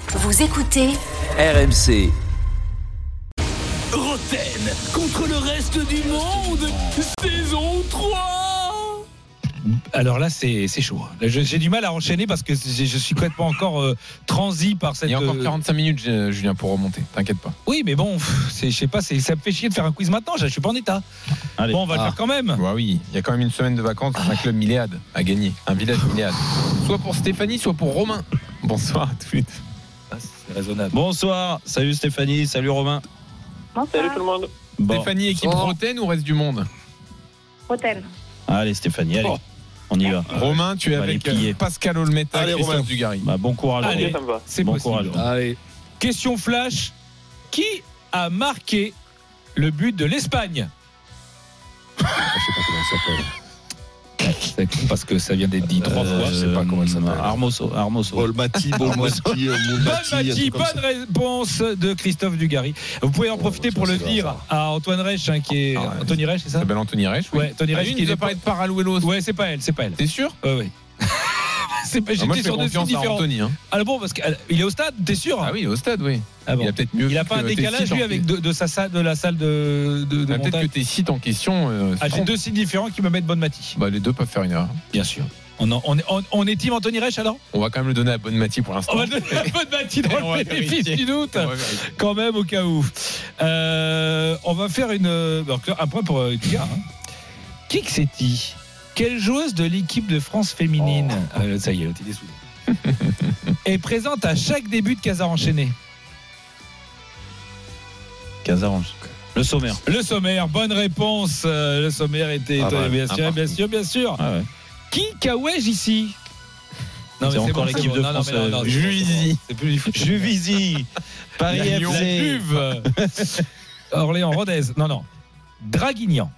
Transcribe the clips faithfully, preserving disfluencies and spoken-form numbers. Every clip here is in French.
Vous écoutez R M C. Roten contre le reste du monde, saison trois. Alors là, c'est, c'est chaud. Je, j'ai du mal à enchaîner parce que je, je suis complètement encore euh, transi par cette. Il y a encore quarante-cinq minutes, Julien, pour remonter. T'inquiète pas. Oui, mais bon, c'est, je sais pas, c'est, ça me fait chier de faire un quiz maintenant. Je, je suis pas en état. Allez. Bon, on va Ah. le faire quand même. Bah oui, il y a quand même une semaine de vacances. Un club milléade à gagner. Un village milléade. Soit pour Stéphanie, soit pour Romain. Bonsoir à tous les deux. Ah, c'est raisonnable. Bonsoir, salut Stéphanie, salut Romain. Salut tout le monde. Bon. Stéphanie, équipe Oh. Roten ou reste du monde? Roten. Allez Stéphanie, allez, Oh. on y va. Romain, tu es On va avec les plier. Pascal Olmeta, Allez, Christophe Romain. Dugarry. Bah, bon courage. Allez. Romain. Ça me va. C'est Bon possible. courage. Allez. Question flash. Qui a marqué le but de l'Espagne? Je sais pas comment ça s'appelle. C'est con parce que ça vient d'être dit trois Euh, fois. Je sais pas comment elle s'appelle. Armoso, Armoso. Bolmati, Bolmati, Bonne Mati, bonne réponse de Christophe Dugarry. Vous pouvez en profiter pour le dire à Antoine Reich, hein, qui est Ah ouais. Anthony Reich, c'est Ça ça? s'appelle Anthony Reich. Oui. Ouais, Tony Ah, Reich lui, qui il nous est a parlé de Paralouelos. Ouais, c'est pas elle, c'est pas elle. T'es sûr? Ouais, ouais. C'est pas, Ah, Moi, j'étais je fais sur deux sites confiance à différents. Anthony. Hein. Ah bon, parce qu'il est au stade, t'es sûr? Ah oui, il est au stade, oui. Ah bon. Il a peut-être mieux. Il a vu pas un que tes décalage sites lui en- avec de, de sa salle, de la salle de, de, de Ah, peut-être montage. que tes sites en question. euh, se Ah, j'ai trompent. deux sites différents qui me mettent Bonne Mati. Bah, les deux peuvent faire une erreur. Bien sûr. On, en- on, est, on, on est team Anthony Reich alors? On va quand même le donner à Bonne Mati pour l'instant. On va donner la Bonne Mati dans On va le bénéfice vérifier. du doute. On va vérifier. Quand même au cas où. Euh, on va faire une alors, un point pour euh, Edgar. Hein. Qui que c'est-il? Quelle joueuse de l'équipe de France féminine Oh. euh, ça y est, l'autre, il est soudé. est présente à chaque début de Casa enchaîné? Casarange. Le sommaire. Le sommaire, bonne réponse. Euh, le sommaire était Ah, bien bah, sûr, un bien sûr, bien sûr. Ah ouais. Qui Kawège ici? C'est encore l'équipe de non, non, France, mais non, non, euh, c'est Juvisy. bon, c'est plus du foot. Juvisy. Paris La F C. Juve. Orléans, Rodez. Non, non. Draguignan.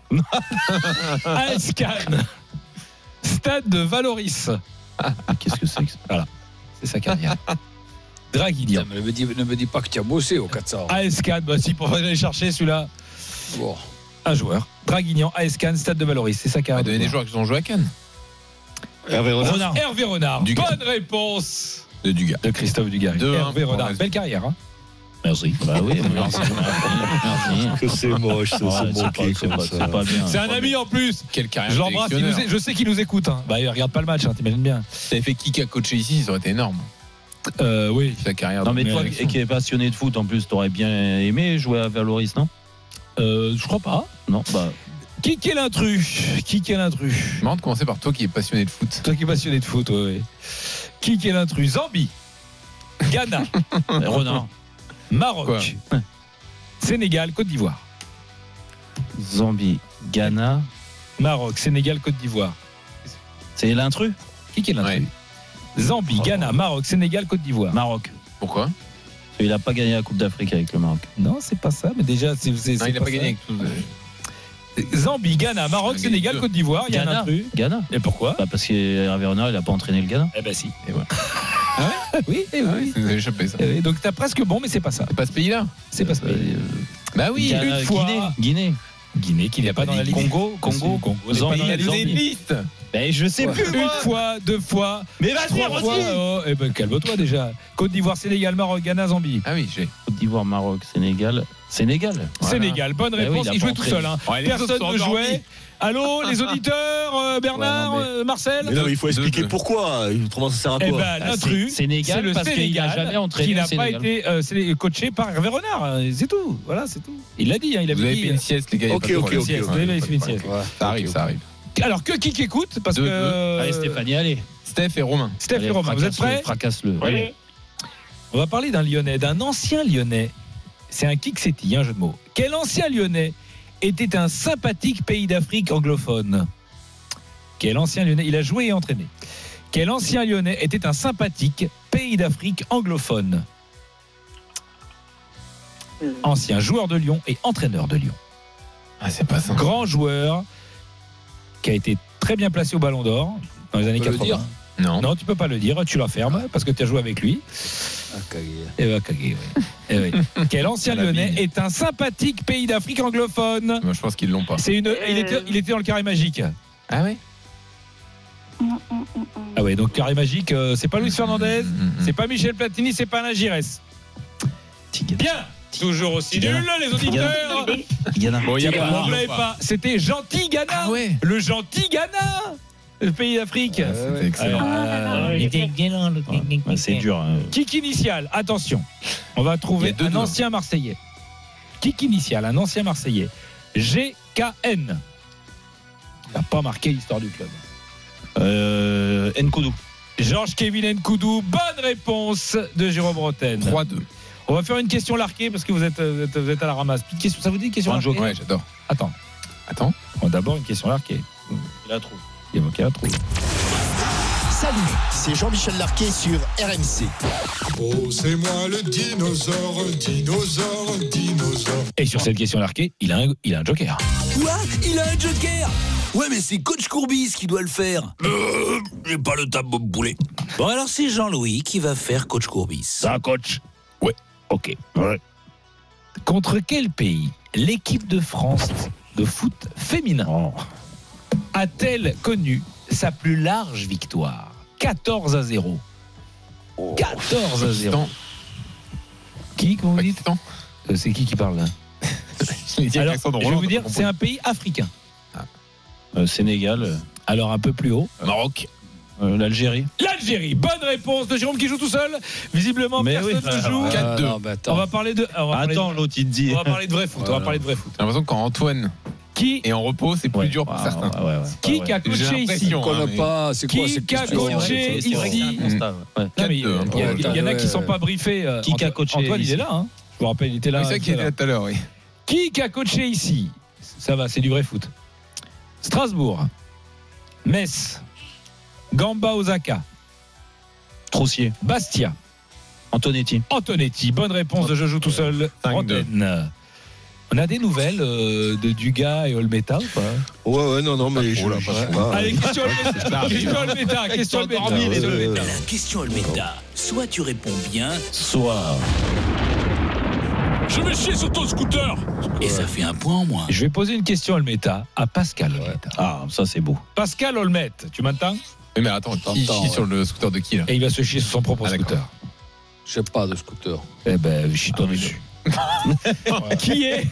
Aescan. Stade de Valoris. Qu'est-ce que c'est que ça? C'est sa carrière. Draguignan. Ne me, dis, ne me dis pas que tu as bossé au quatre cents. Aescan. Bah si, pour aller chercher celui-là. Bon. Un joueur. Draguignan, Aescan, Stade de Valoris. C'est sa On va carrière. donner des joueurs qui ont joué à Cannes. Hervé Renard. Renard. Hervé Renard. Dugarry. Bonne réponse De Dugas. de Christophe Dugarry. deux un Hervé pour Renard. la- Belle carrière. Hein. Merci. Bah oui, merci. Merci. Que c'est moche, ça, Ouais, c'est c'est moqué pas- c'est comme pas- ça. c'est pas bien. C'est un ami en plus. Quelle carrière. Je l'embrasse. il nous est- Je sais qu'il nous écoute. Hein. Bah, il regarde pas le match. Hein, t'imagines bien. T'avais fait qui a coaché ici, ça aurait été énorme. Euh, oui. Sa carrière. Non de- mais toi Alexandre. qui es passionné de foot en plus, t'aurais bien aimé jouer à Valoris, non? Euh, je crois pas. Non, bah Qui est l'intrus? Qui est l'intrus? C'est marrant de commencer par toi qui es passionné de foot. Toi qui es passionné de foot, ouais. ouais. Qui est l'intrus? Zambie, Ghana, Renard. Maroc, Quoi? Sénégal, Côte d'Ivoire. Zambie, Ghana, Maroc, Sénégal, Côte d'Ivoire. c'est l'intrus? Qui est l'intrus? Zambie, Ghana, Maroc, Sénégal, Côte d'Ivoire. Maroc. Pourquoi? Il n'a pas gagné la Coupe d'Afrique avec le Maroc. Non, c'est pas ça, mais déjà, c'est. c'est- Non, c'est il n'a pas ça. gagné avec tout. Zambie, Ghana, Maroc, Il a Sénégal, gagné Côte d'Ivoire. Il y a un Ghana. intrus. Ghana. Et pourquoi? Bah parce que Hervé Renard, il n'a pas entraîné le Ghana. Eh ben si. Et voilà. Oui, eh oui. Ça nous a échappé ça. Eh oui. Donc t'as presque bon, mais c'est pas ça. C'est pas ce pays-là? C'est pas ce pays. Bah oui. Ghana, une fois. Guinée. Guinée. Guinée qui n'est pas dans la liste. Congo. Congo. Congo. Zambie. Il a donné une Zambie. liste. Mais je sais plus Une fois, deux fois, Mais vas-y, trois fois. vas-y. Oh, eh ben calme-toi déjà. Côte d'Ivoire, Sénégal, Maroc, Ghana, Zambie. Ah oui, j'ai. Côte d'Ivoire, Maroc, Sénégal. Sénégal. Voilà. Sénégal, bonne Eh oui, réponse. il a il pas jouait tout entraîné. seul. Hein. Ouais, les autres Personne sont ne endormis. jouait. Allô, les auditeurs, euh, Bernard, Ouais, non, mais- euh, Marcel. Mais non, mais il faut Deux, expliquer deux. pourquoi. Autrement, ça sert à Eh quoi? ben, l'intrus, c'est- Sénégal, c'est le parce qu'il Sénégal a jamais entraîné qui le n'a pas Sénégal. été euh, c'est coaché par Hervé Renard. euh, C'est tout. Voilà, c'est tout. Il l'a dit. Hein, il Vous avait avez dit. fait une sieste, les gars. il y a Ok, pas de ok, problème. ok, Sieste, ok. vous avez fait une sieste. Ça arrive, ça arrive. Alors que qui qui écoute parce Deux, que deux. euh, Allez, Stéphanie, allez. Steph et Romain. Steph Allez, et Romain, vous êtes fracasse-le, prêts? Fracasse-le. Oui. On va parler d'un Lyonnais, d'un ancien Lyonnais. C'est un kick-setti, un jeu de mots. Quel ancien Lyonnais était un sympathique pays d'Afrique anglophone? Quel ancien Lyonnais? Il a joué et entraîné. Quel ancien Lyonnais était un sympathique pays d'Afrique anglophone? Ancien joueur de Lyon et entraîneur de Lyon. Ah, c'est pas ça. Grand joueur qui a été très bien placé au Ballon d'Or dans les années peut le quatre-vingts. dire Non. Non, tu peux pas le dire, tu l'enfermes parce que tu as joué avec lui. Ah, cagué. Eh ben, cagué, oui. Eh oui. Quel ancien La Lyonnais bille. est un sympathique pays d'Afrique anglophone? Moi, je pense qu'ils l'ont pas. C'est une. Il était, il était dans le carré magique. Ah ouais. Ah ouais, donc carré magique, euh, c'est pas Luis Fernandez, c'est pas Michel Platini, c'est pas Alain Giresse. Bien, toujours aussi nul, les auditeurs. Ghana. Bon, il y a pas. Vous l'avez pas, c'était Gentil Ghana. Ah ouais. Le Gentil Ghana, le pays d'Afrique. C'était excellent. Ah, Ouais, c'est dur. hein. Kick initial, attention. On va Il y trouver a deux un deux. ancien Marseillais. Kick initial, un ancien Marseillais. G K N. Il n'a pas marqué l'histoire du club. Euh, Nkoudou. Georges Kevin Nkoudou, bonne réponse de Jérôme Roten. trois deux. On va faire une question larquée parce que vous êtes, vous êtes, vous êtes à la ramasse. Petite question, ça vous dit une question Un larquée? joker. Ouais, j'adore. Attends, Attends. on va d'abord une question larquée. Il a trouvé. Il y a aucun trou. Salut, c'est Jean-Michel Larquet sur R M C. Oh, c'est moi le dinosaure, dinosaure, dinosaure. Et sur cette question larquée, il a un, il a un joker. Quoi? Il a un joker? Ouais, mais c'est coach Courbis qui doit le faire. Euh, j'ai pas le temps de me bouler. Bon, alors c'est Jean-Louis qui va faire coach Courbis. Ça, coach? Ouais. Ok. Ouais. Contre quel pays l'équipe de France de foot féminin a-t-elle connu sa plus large victoire? quatorze à zéro. quatorze à zéro. Pakistan. Qui, comment vous dites? Pakistan. Euh, C'est qui qui parle là? Il dit Alors, accent de je vais Roland, vous dire, t'as pas c'est un pays africain. Euh, Sénégal. Alors un peu plus haut. Maroc. Euh, L'Algérie. L'Algérie. Bonne réponse de Jérôme qui joue tout seul. Visiblement, Mais personne oui, ne joue. quatre deux. non, mais attends. On va parler de. on va parler Attends, de- l'autre, il te dit. on va parler de vrai foot. On va parler de vrai foot. J'ai l'impression que quand Antoine Qui, est en repos, c'est plus Ouais. dur pour Ah, certains. ouais, ouais, ouais. qui Ouais, a ouais. J'ai coaché ici? l'impression, On hein, n'a mais- pas. C'est quoi Qui cette a question? coaché C'est vrai, c'est vrai que c'est un ici? constat, ouais. Non, mais il y a- quatre deux, il y, a- il y en a ouais. qui sont pas briefés. euh, Qui a Antoine- coaché Antoine, il ici? est là. Hein. Je vous rappelle, il était là. Oui, c'est ça qui tout à était l'heure. là tout à l'heure, oui. Qui a coaché ici? Ça va, c'est du vrai foot. Strasbourg, Metz, Gamba Osaka, Troussier. Bastia, Antonetti. Antonetti. Bonne réponse de Je joue tout seul. cinq deux. Roten. On a des nouvelles euh, de Dugas et Olmeta ou pas? Ouais, ouais, non, non, mais je Oh là, je pas sais ça. pas. Allez, question Olmeta. Question Olmeta. Question Olmeta. endormi, les Question deux. Olmeta. La question Almeida. Soit tu réponds bien, Soit. je vais chier sur ton scooter. Et ça fait un point en moins. Je vais poser une question Olmeta à Pascal Olmeta. Ah, ça, c'est beau. Pascal Olmet, tu m'entends? Oui, mais attends, qui T'entends, chie ouais. sur le scooter de qui là? Et il va se chier sur son propre Ah, d'accord. scooter. Je sais pas de scooter. Eh ben, chie-toi dessus. Qui est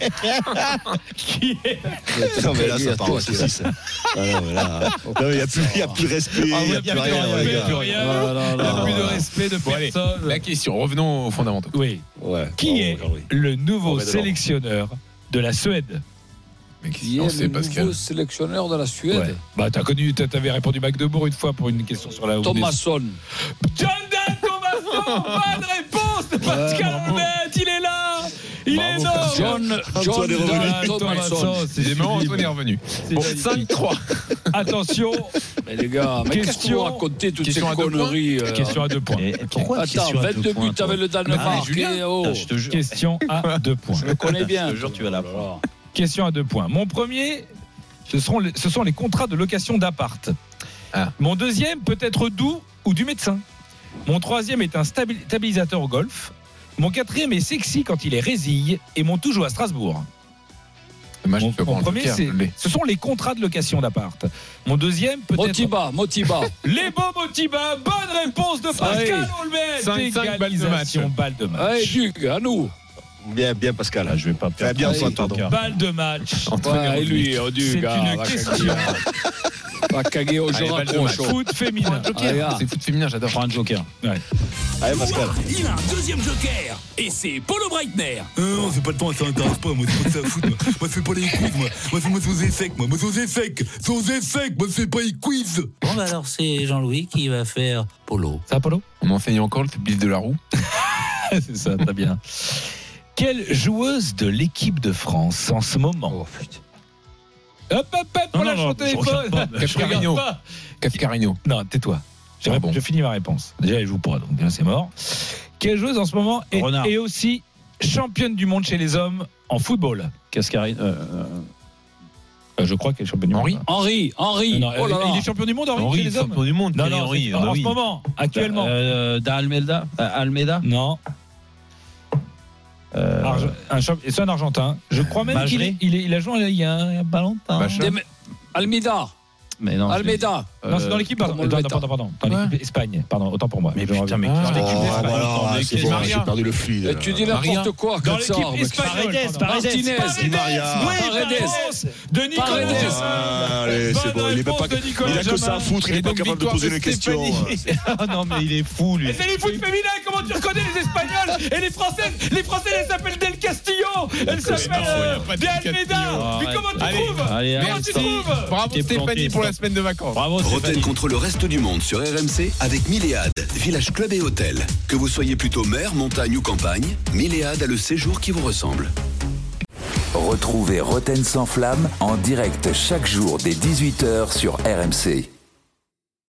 Qui est Non, mais là, ça à part toi, en c'est saucisse. Ah, non, mais là. Non, mais il n'y a plus il y a plus de respect. Ah, Il n'y ouais, a plus il y a rien. plus les rien, gars. plus rien. Non, non, Il n'y a non. plus de respect de Bon, allez, personne. la question, revenons aux fondamentaux. Oui. Ouais. Qui Bravo, est Jean-Louis. le nouveau On met de sélectionneur de la Suède? Mais qu'est-ce Qui qu'on est sait, le Pascal? nouveau sélectionneur de la Suède? Ouais. Bah, t'as connu, t'as- t'avais répondu Magdebourg une fois pour une question sur la Thomasson. John Dan Thomasson. Bonne réponse de Pascal bravo. Olmet. Il est là. Il est énorme. John, John Antoine est revenu. Dan Dan Thomasson. Thomasson, c'est Décidément, sublime. Antoine est revenu. C'est Bon, magnifique. cinq trois. Attention, Mais les gars, mais qu'est-ce que Question- vous racontez toutes ces question à deux conneries euh, question à deux points. Et pourquoi Attends, question à deux vingt-deux points, buts toi avec le Danemark. Ah, eh, oh. Ah, je te jure. Question à deux points. Je le connais bien. Je te jure, tu vas la Voilà. prendre. Question à deux points. Mon premier, ce, seront les, ce sont les contrats de location d'appart. Ah. Mon deuxième peut être doux ou du médecin. Mon troisième est un stabi- stabilisateur au golf. Mon quatrième est sexy quand il est résille. Et mon tout joue à Strasbourg. Dommage, Mon, tu peux mon prendre premier, le Joker, c'est, je l'ai. ce sont les contrats de location d'appart. Mon deuxième peut être Motiba, Motiba. les beaux Motiba. Bonne réponse de Pascal Olmet. cinq, cinq balles de match. Égalisation, balle de match. Allez, Duc, à nous. Bien, bien, Pascal. Ah, je vais pas Très perdre. bien, Ah, Antoine, c'est pardon. Joker. Balle de match. Antoine est Ouais, et revenu. lui, oh, Duc, C'est gars, une va question. caguer. Va caguer au jeu Allez, balle de rapproche. match. Foot féminin. Allez, gars. C'est foot féminin, j'adore. Prends un joker. Allez, Pascal. Il a un deuxième joker. Et c'est Polo Breitner. Euh, non, c'est pas le temps, ça m'intéresse pas. Moi, c'est pas ça à foutre. Moi, moi c'est pas les quiz. Moi, moi c'est moi, c'est aux effets. Moi, moi, c'est aux effets. C'est aux effets. Moi, c'est pas les quiz. Bon, bah alors c'est Jean-Louis qui va faire Polo. Ça, Polo? On enseigne encore le fil de la roue. C'est ça, très bien. Quelle joueuse de l'équipe de France en ce moment? Oh, putain. Hop, hop, hop, on Non, lâche non, au non, je téléphone. regarde pas. Je regarde Cafcarino. pas. Cafcarino. Non, tais-toi. J'ai Ah rép- bon. Je finis ma réponse. Déjà, elle joue pas, donc là, c'est mort. Quelle joueuse en ce moment est, Renard. est aussi championne du monde chez les hommes en football? Cascarine. euh, euh, Euh, Je crois qu'elle est championne du Henri monde. Henri, Henri. Non, non, Oh là là. il est champion du monde, Henri, Henri, chez les hommes? champion du monde. Non, quel est non, Henri c'est- Ah, en bah ce oui. moment, actuellement. Euh, Da Almeida. euh, Almeida. Non. Euh, Arge- un champ- C'est un Argentin. Je crois même qu'il est, Majeré. il, est- il a joué il y a, il y a pas longtemps. Bachelard. Dem- Almeida. Mais non. Almeida. Non, c'est dans l'équipe, pardon. Comment Attends, le pardon, pardon, pardon. Dans l'équipe Espagne, pardon, autant pour moi. Mais Je putain, reviens. mais Dans qui- l'équipe Oh, d'Espagne. voilà, c'est Qui- bon, Maria. j'ai perdu le fluide. Et tu dis Maria. n'importe quoi, Dans Kassar, l'équipe mais- espagnole. Paredes, pardon. Martinez. Di Maria. Oui, Paredes. De Nicolas. Paredes. Ah, allez, c'est bon, il est même pas, il a que ça à foutre, il est pas capable de poser une question. Ah non, mais il est fou, lui. Et c'est les foot féminins, comment tu reconnais les Espagnols et les Françaises? Les Françaises, elles s'appellent Del Castillo, elles s'appellent non, il y a euh, pas de De Del Almeida. Castillo. Mais comment tu Allez, trouves? allez, Comment merci. tu trouves? Bravo T'es Stéphanie planté, pour la stop. semaine de vacances. Bravo, Roten Stéphanie. contre le reste du monde sur R M C avec Milléade, village club et hôtel. Que vous soyez plutôt mer, montagne ou campagne, Milléade a le séjour qui vous ressemble. Retrouvez Roten sans flamme en direct chaque jour dès dix-huit heures sur R M C.